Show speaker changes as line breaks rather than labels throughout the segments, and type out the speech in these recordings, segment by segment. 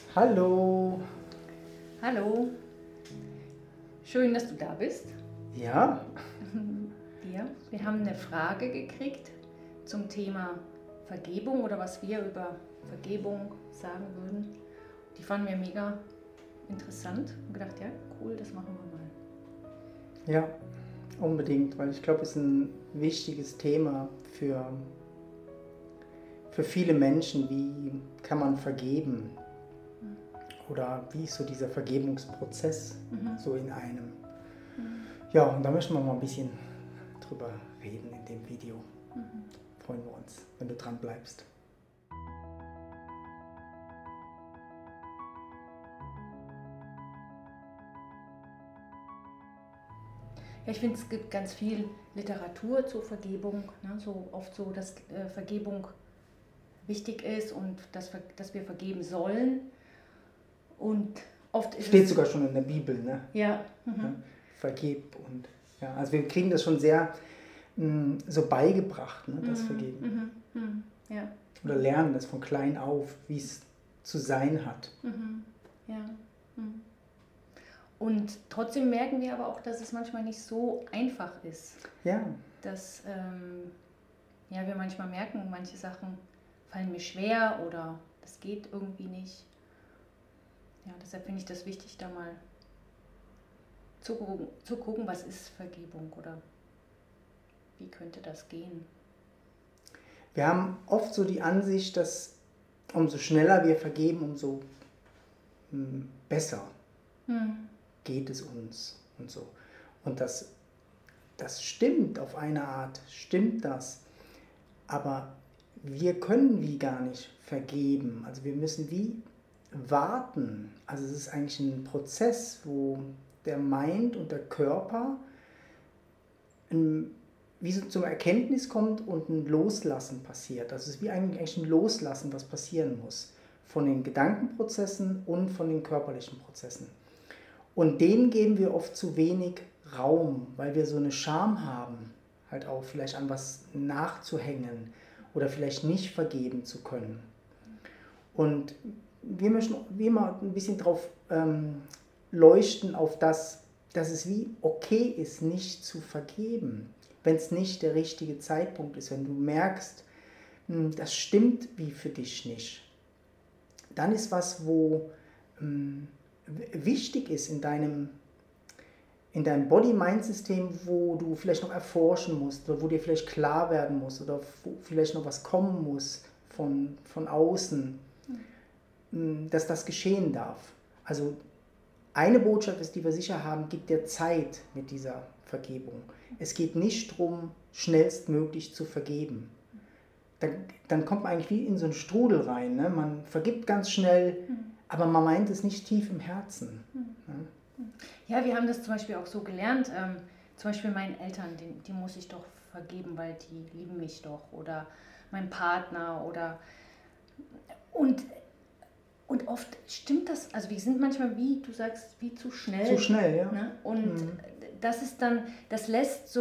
Hallo.
Hallo, schön, dass du da bist.
Ja,
Ja, wir haben eine Frage gekriegt zum Thema Vergebung oder was wir über Vergebung sagen würden. Die fanden wir mega interessant und gedacht, ja, cool, das machen wir mal.
ja, unbedingt, weil ich glaube, es ist ein wichtiges Thema für viele Menschen. Wie kann man vergeben? Oder wie ist so dieser Vergebungsprozess so in einem? Ja, und da möchten wir mal ein bisschen drüber reden in dem Video. Freuen wir uns, wenn du dran bleibst.
Ja, ich finde, es gibt ganz viel Literatur zur Vergebung, ne? So oft so, dass Vergebung wichtig ist und dass wir vergeben sollen. Und oft ist
Steht
es...
sogar schon in der Bibel, ne?
Ja,
Ja, vergib und ja, also wir kriegen das schon sehr so beigebracht, ne, das Vergeben.
ja.
Oder lernen das von klein auf, wie es zu sein hat.
Ja. Und trotzdem merken wir aber auch, dass es manchmal nicht so einfach ist.
Ja,
Dass wir manchmal merken, manche Sachen fallen mir schwer oder das geht irgendwie nicht. Ja, deshalb finde ich das wichtig, da mal zu gucken, was ist Vergebung oder wie könnte das gehen.
wir haben oft so die Ansicht, dass umso schneller wir vergeben, umso besser geht es uns und so. Und das stimmt auf eine Art, stimmt das. Aber wir können wie gar nicht vergeben. Also wir müssen wie warten. Also es ist eigentlich ein Prozess, wo der Mind und der Körper wie so zum Erkenntnis kommt und ein Loslassen passiert. Also es ist wie eigentlich ein Loslassen, was passieren muss. Von den Gedankenprozessen und von den körperlichen Prozessen. Und denen geben wir oft zu wenig Raum, weil wir so eine Scham haben, halt auch vielleicht an was nachzuhängen oder vielleicht nicht vergeben zu können. Und wir möchten wie immer ein bisschen drauf leuchten auf das, dass es wie okay ist, nicht zu vergeben, wenn es nicht der richtige Zeitpunkt ist, wenn du merkst, das stimmt wie für dich nicht. Dann ist was, wo wichtig ist in deinem Body-Mind-System, wo du vielleicht noch erforschen musst oder wo dir vielleicht klar werden muss oder wo vielleicht noch was kommen muss von außen, dass das geschehen darf. Also eine Botschaft ist, die wir sicher haben, gib dir Zeit mit dieser Vergebung. Es geht nicht darum, schnellstmöglich zu vergeben. Dann kommt man eigentlich wie in so einen Strudel rein. Ne? Man vergibt ganz schnell, aber man meint es nicht tief im Herzen. Ne?
Ja, wir haben das zum Beispiel auch so gelernt. Zum Beispiel meinen Eltern, die muss ich doch vergeben, weil die lieben mich doch. Oder mein Partner oder... Und oft stimmt das, also wir sind manchmal, wie du sagst, wie zu schnell.
Zu schnell, ja.
Ne? Und das ist dann, das lässt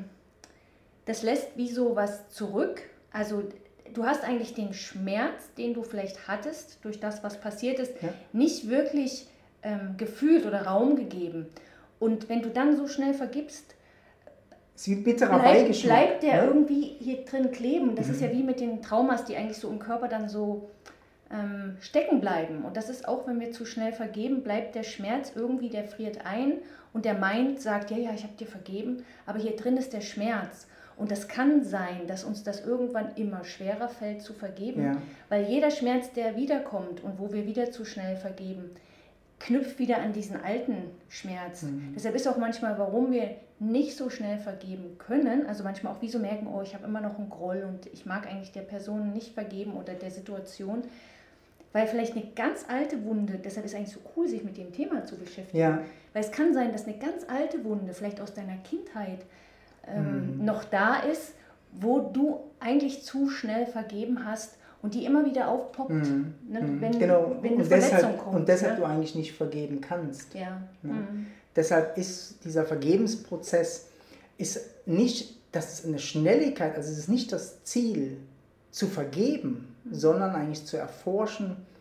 wie so was zurück. Also du hast eigentlich den Schmerz, den du vielleicht hattest, durch das, was passiert ist, nicht wirklich gefühlt oder Raum gegeben. Und wenn du dann so schnell vergibst,
ist wie bitterer Beigeschmack.
Bleibt der irgendwie hier drin kleben. Das ist ja wie mit den Traumas, die eigentlich so im Körper dann so stecken bleiben. Und das ist auch, wenn wir zu schnell vergeben, bleibt der Schmerz irgendwie, der friert ein und der Mind sagt, ja, ich habe dir vergeben, aber hier drin ist der Schmerz. Und das kann sein, dass uns das irgendwann immer schwerer fällt zu vergeben, weil jeder Schmerz, der wiederkommt und wo wir wieder zu schnell vergeben, knüpft wieder an diesen alten Schmerz. Deshalb ist auch manchmal, warum wir nicht so schnell vergeben können, also manchmal auch wie so merken, oh, ich habe immer noch einen Groll und ich mag eigentlich der Person nicht vergeben oder der Situation, weil vielleicht eine ganz alte Wunde, deshalb ist es eigentlich so cool, sich mit dem Thema zu beschäftigen, weil es kann sein, dass eine ganz alte Wunde, vielleicht aus deiner Kindheit, noch da ist, wo du eigentlich zu schnell vergeben hast und die immer wieder aufpoppt, ne, wenn eine Verletzung kommt.
Und deshalb du eigentlich nicht vergeben kannst.
Ja.
Ne? Deshalb ist dieser Vergebensprozess ist nicht, das ist eine Schnelligkeit, also es ist nicht das Ziel, zu vergeben, sondern eigentlich zu erforschen,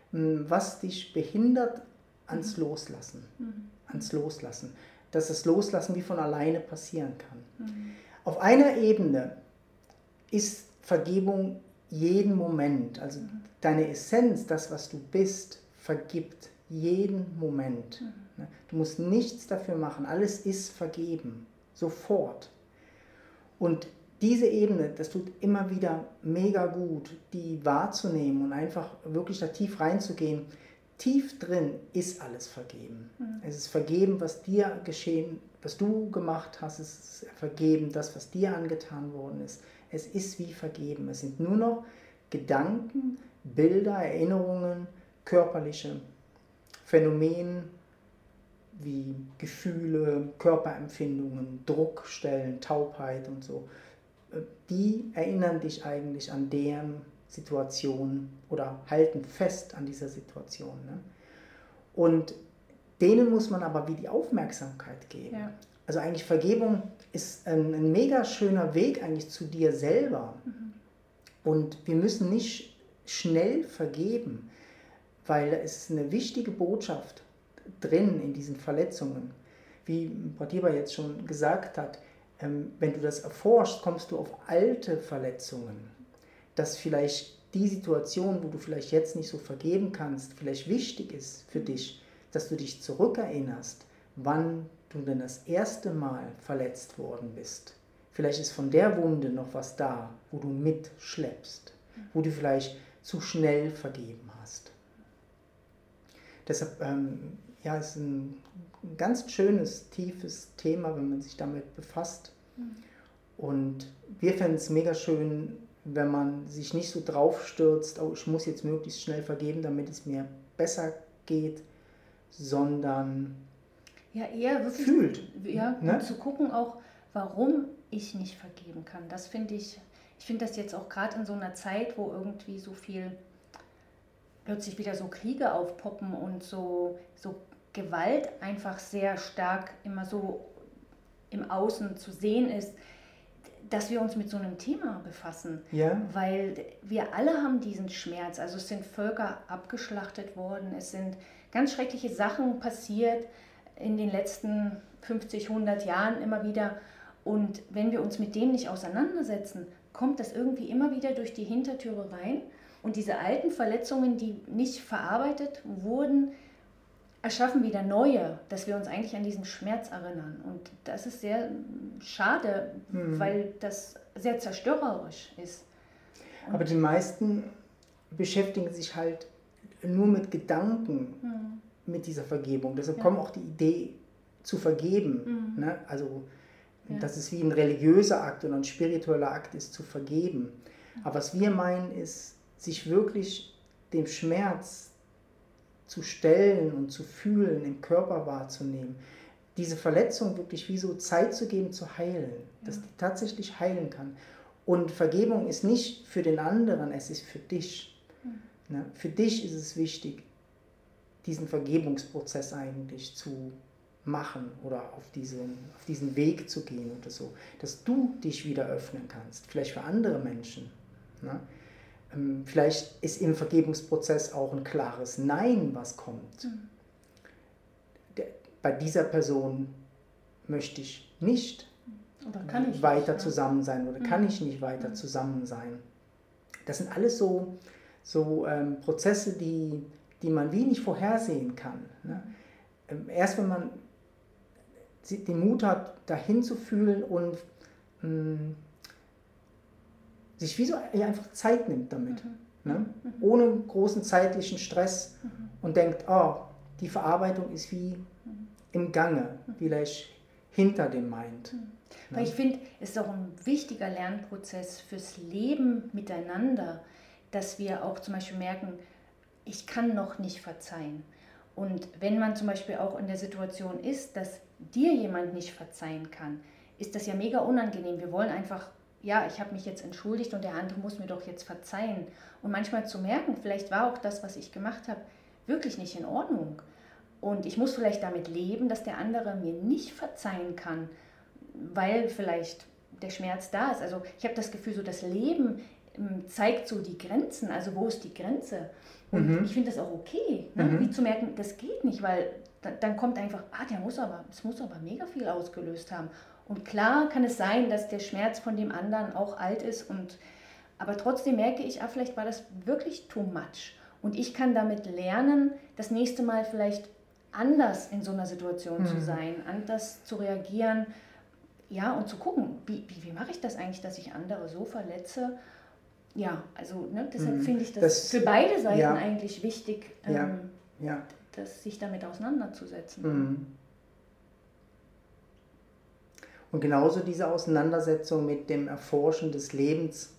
was dich behindert ans Loslassen. Ans Loslassen. Dass das Loslassen wie von alleine passieren kann. Auf einer Ebene ist Vergebung jeden Moment, also deine Essenz, das, was du bist, vergibt jeden Moment. Du musst nichts dafür machen, alles ist vergeben, sofort. Und diese Ebene, das tut immer wieder mega gut, die wahrzunehmen und einfach wirklich da tief reinzugehen. Tief drin ist alles vergeben. Es ist vergeben, was dir geschehen, was du gemacht hast, es ist vergeben, das, was dir angetan worden ist. Es ist wie vergeben. Es sind nur noch Gedanken, Bilder, Erinnerungen, körperliche Phänomene wie Gefühle, Körperempfindungen, Druckstellen, Taubheit und so. Die erinnern dich eigentlich an deren Situation oder halten fest an dieser Situation. Ne? Und denen muss man aber wie die Aufmerksamkeit geben. Ja. Also eigentlich Vergebung ist ein mega schöner Weg eigentlich zu dir selber. Und wir müssen nicht schnell vergeben, weil da ist eine wichtige Botschaft drin in diesen Verletzungen. Wie Pratibha jetzt schon gesagt hat, wenn du das erforschst, kommst du auf alte Verletzungen, dass vielleicht die Situation, wo du vielleicht jetzt nicht so vergeben kannst, vielleicht wichtig ist für dich, dass du dich zurückerinnerst, wann du denn das erste Mal verletzt worden bist. Vielleicht ist von der Wunde noch was da, wo du mitschleppst, wo du vielleicht zu schnell vergeben hast. Deshalb ist ein ganz schönes, tiefes Thema, wenn man sich damit befasst. Und wir fänden es mega schön, wenn man sich nicht so drauf stürzt, oh, ich muss jetzt möglichst schnell vergeben, damit es mir besser geht, sondern
eher wirklich
fühlt.
Und zu gucken auch, warum ich nicht vergeben kann. Das finde ich finde das jetzt auch gerade in so einer Zeit, wo irgendwie so viel plötzlich wieder so Kriege aufpoppen und so Gewalt einfach sehr stark immer so im Außen zu sehen ist, dass wir uns mit so einem Thema befassen.
Ja.
Weil wir alle haben diesen Schmerz. Also es sind Völker abgeschlachtet worden, es sind ganz schreckliche Sachen passiert in den letzten 50, 100 Jahren immer wieder. Und wenn wir uns mit dem nicht auseinandersetzen, kommt das irgendwie immer wieder durch die Hintertüre rein. Und diese alten Verletzungen, die nicht verarbeitet wurden, erschaffen wieder neue, dass wir uns eigentlich an diesen Schmerz erinnern. Und das ist sehr schade, weil das sehr zerstörerisch ist. Und
aber die meisten beschäftigen sich halt nur mit Gedanken, mit dieser Vergebung. Deshalb kommt auch die Idee zu vergeben. Ne? Also, dass es wie ein religiöser Akt oder ein spiritueller Akt ist, zu vergeben. Aber was wir meinen, ist, sich wirklich dem Schmerz zu stellen und zu fühlen, im Körper wahrzunehmen. Diese Verletzung wirklich wie so Zeit zu geben, zu heilen. Dass die tatsächlich heilen kann. Und Vergebung ist nicht für den anderen, es ist für dich. Ne? Für dich ist es wichtig, diesen Vergebungsprozess eigentlich zu machen oder auf diesen Weg zu gehen oder so. Dass du dich wieder öffnen kannst, vielleicht für andere Menschen. Ne? Vielleicht ist im Vergebungsprozess auch ein klares Nein, was kommt. Bei dieser Person möchte ich nicht weiter zusammen sein oder kann ich nicht weiter zusammen sein. Das sind alles so Prozesse, die man wenig vorhersehen kann. Ne? Erst wenn man den Mut hat, dahin zu fühlen und sich wie so einfach Zeit nimmt damit, ne? Ohne großen zeitlichen Stress und denkt, die Verarbeitung ist wie im Gange, vielleicht hinter dem Mind.
Weil ich finde, es ist auch ein wichtiger Lernprozess fürs Leben miteinander, dass wir auch zum Beispiel merken, ich kann noch nicht verzeihen. Und wenn man zum Beispiel auch in der Situation ist, dass dir jemand nicht verzeihen kann, ist das ja mega unangenehm. Wir wollen einfach, ich habe mich jetzt entschuldigt und der andere muss mir doch jetzt verzeihen. Und manchmal zu merken, vielleicht war auch das, was ich gemacht habe, wirklich nicht in Ordnung. Und ich muss vielleicht damit leben, dass der andere mir nicht verzeihen kann, weil vielleicht der Schmerz da ist. Also ich habe das Gefühl, so das Leben zeigt so die Grenzen, also wo ist die Grenze? Und ich finde das auch okay, ne? Wie zu merken, das geht nicht, weil dann kommt einfach, es muss aber mega viel ausgelöst haben. Und klar kann es sein, dass der Schmerz von dem anderen auch alt ist, aber trotzdem merke ich, vielleicht war das wirklich too much. Und ich kann damit lernen, das nächste Mal vielleicht anders in so einer Situation zu sein, anders zu reagieren, ja, und zu gucken, wie mache ich das eigentlich, dass ich andere so verletze. Ja, also deshalb finde ich das für beide Seiten eigentlich wichtig, sich damit auseinanderzusetzen.
Und genauso diese Auseinandersetzung mit dem Erforschen des Lebens,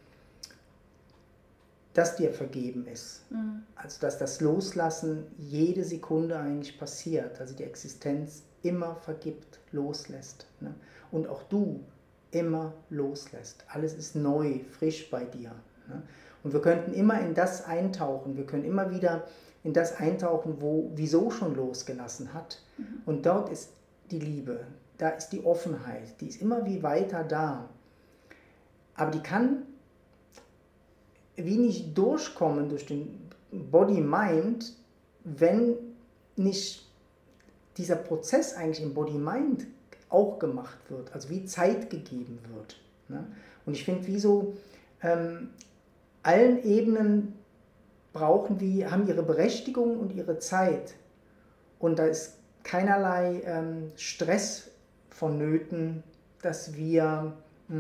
das dir vergeben ist. Also dass das Loslassen jede Sekunde eigentlich passiert, also die Existenz immer vergibt, loslässt. Ne? Und auch du immer loslässt. Alles ist neu, frisch bei dir. Ne? Und wir könnten immer in das eintauchen, wir können immer wieder in das eintauchen, wo wieso schon losgelassen hat. Und dort ist die Liebe, da ist die Offenheit, die ist immer wie weiter da. Aber die kann wie nicht durchkommen durch den Body-Mind, wenn nicht dieser Prozess eigentlich im Body-Mind auch gemacht wird, also wie Zeit gegeben wird. Ne? Und ich finde, wie so allen Ebenen haben ihre Berechtigung und ihre Zeit. Und da ist keinerlei Stress vonnöten, dass wir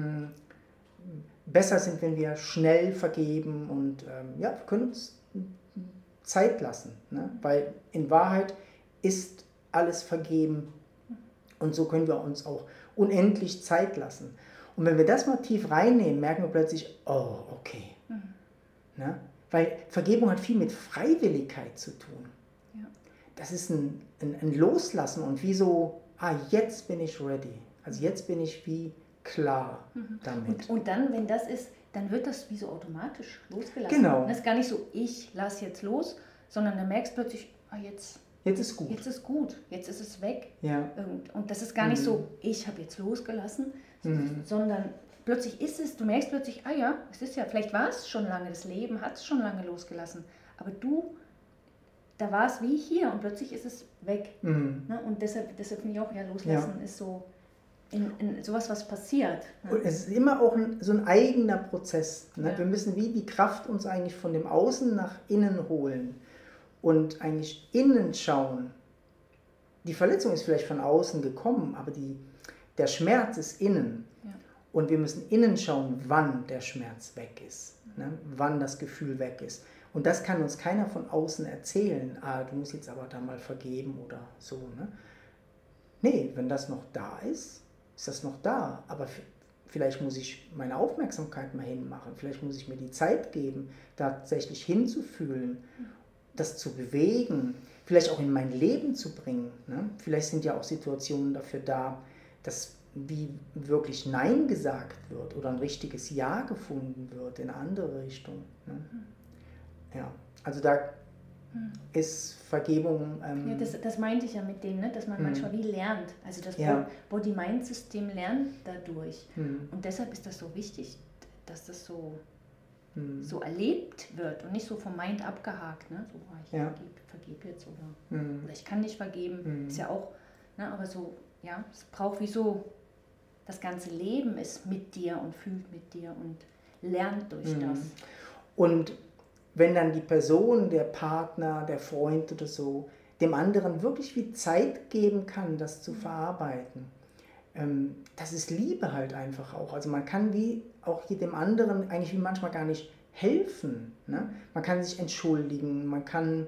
besser sind, wenn wir schnell vergeben und wir können uns Zeit lassen. Ne? Weil in Wahrheit ist alles vergeben und so können wir uns auch unendlich Zeit lassen. Und wenn wir das mal tief reinnehmen, merken wir plötzlich, oh, okay. Ne? Weil Vergebung hat viel mit Freiwilligkeit zu tun. Ja. Das ist ein Loslassen und wie so, jetzt bin ich ready. Also jetzt bin ich wie klar damit.
Und dann, wenn das ist, dann wird das wie so automatisch losgelassen.
Genau.
Das ist gar nicht so, ich lasse jetzt los, sondern dann merkst du plötzlich,
jetzt ist gut.
Jetzt ist gut, jetzt ist es weg.
Ja.
Und das ist gar nicht so, ich habe jetzt losgelassen, sondern plötzlich ist es, du merkst plötzlich, es ist ja, vielleicht war es schon lange, das Leben hat es schon lange losgelassen, aber da war es wie hier und plötzlich ist es weg. Ne? Und deshalb finde ich auch, loslassen ist so in sowas, was passiert. Ne?
Und es ist immer auch so ein eigener Prozess. Ne? Ja. Wir müssen wie die Kraft uns eigentlich von dem Außen nach innen holen und eigentlich innen schauen. Die Verletzung ist vielleicht von außen gekommen, aber der Schmerz ist innen. Ja. Und wir müssen innen schauen, wann der Schmerz weg ist, ne? Wann das Gefühl weg ist. Und das kann uns keiner von außen erzählen, du musst jetzt aber da mal vergeben oder so. Ne? Nee, wenn das noch da ist das noch da. Aber vielleicht muss ich meine Aufmerksamkeit mal hinmachen, vielleicht muss ich mir die Zeit geben, tatsächlich hinzufühlen, das zu bewegen, vielleicht auch in mein Leben zu bringen. Ne? Vielleicht sind ja auch Situationen dafür da, dass wie wirklich Nein gesagt wird oder ein richtiges Ja gefunden wird in eine andere Richtung. Ne? Ja, also da ist Vergebung...
das meinte ich ja mit dem, ne? Dass man manchmal wie lernt. Also das Body-Mind-System lernt dadurch. Und deshalb ist das so wichtig, dass das so erlebt wird und nicht so vom Mind abgehakt. Ne? So, ich vergebe jetzt oder ich kann nicht vergeben. Ist ja auch, ne? Aber so, es braucht wie so, das ganze Leben ist mit dir und fühlt mit dir und lernt durch das.
Und wenn dann die Person, der Partner, der Freund oder so, dem anderen wirklich viel Zeit geben kann, das zu verarbeiten, das ist Liebe halt einfach auch. Also man kann wie auch dem anderen eigentlich wie manchmal gar nicht helfen. Ne? Man kann sich entschuldigen, man kann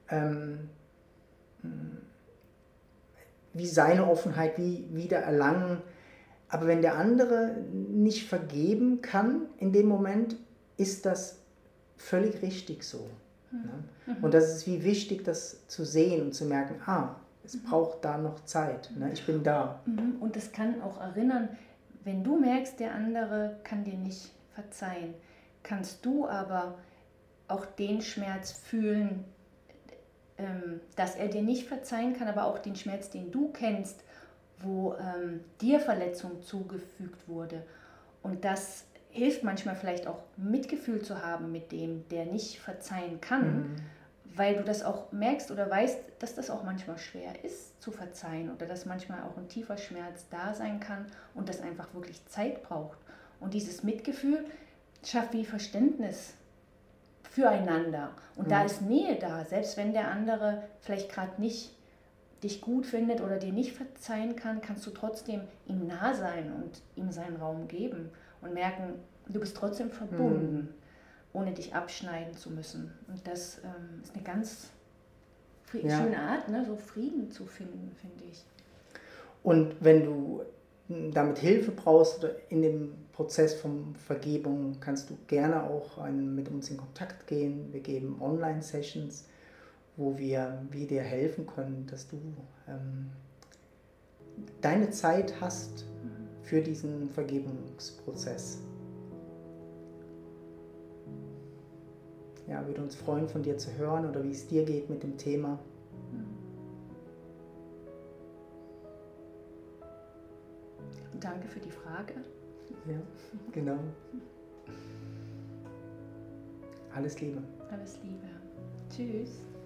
wie seine Offenheit wieder erlangen. Aber wenn der andere nicht vergeben kann in dem Moment, ist das völlig richtig so. Ne? Und das ist wie wichtig, das zu sehen und zu merken, es braucht da noch Zeit, ne? Ich bin da.
Und das kann auch erinnern, wenn du merkst, der andere kann dir nicht verzeihen, kannst du aber auch den Schmerz fühlen, dass er dir nicht verzeihen kann, aber auch den Schmerz, den du kennst, wo dir Verletzung zugefügt wurde. Und das hilft manchmal vielleicht auch Mitgefühl zu haben mit dem, der nicht verzeihen kann, weil du das auch merkst oder weißt, dass das auch manchmal schwer ist zu verzeihen oder dass manchmal auch ein tiefer Schmerz da sein kann und das einfach wirklich Zeit braucht. Und dieses Mitgefühl schafft wie Verständnis füreinander. Und da ist Nähe da, selbst wenn der andere vielleicht gerade nicht dich gut findet oder dir nicht verzeihen kann, kannst du trotzdem ihm nah sein und ihm seinen Raum geben und merken, du bist trotzdem verbunden, ohne dich abschneiden zu müssen. Und das ist eine ganz schöne Art, ne? So Frieden zu finden, finde ich.
Und wenn du damit Hilfe brauchst oder in dem Prozess von Vergebung, kannst du gerne auch mit uns in Kontakt gehen. Wir geben Online-Sessions, wo wir dir helfen können, dass du deine Zeit hast für diesen Vergebungsprozess. Ja, würde uns freuen, von dir zu hören oder wie es dir geht mit dem Thema.
Danke für die Frage.
Ja, genau. Alles Liebe.
Alles Liebe. Tschüss.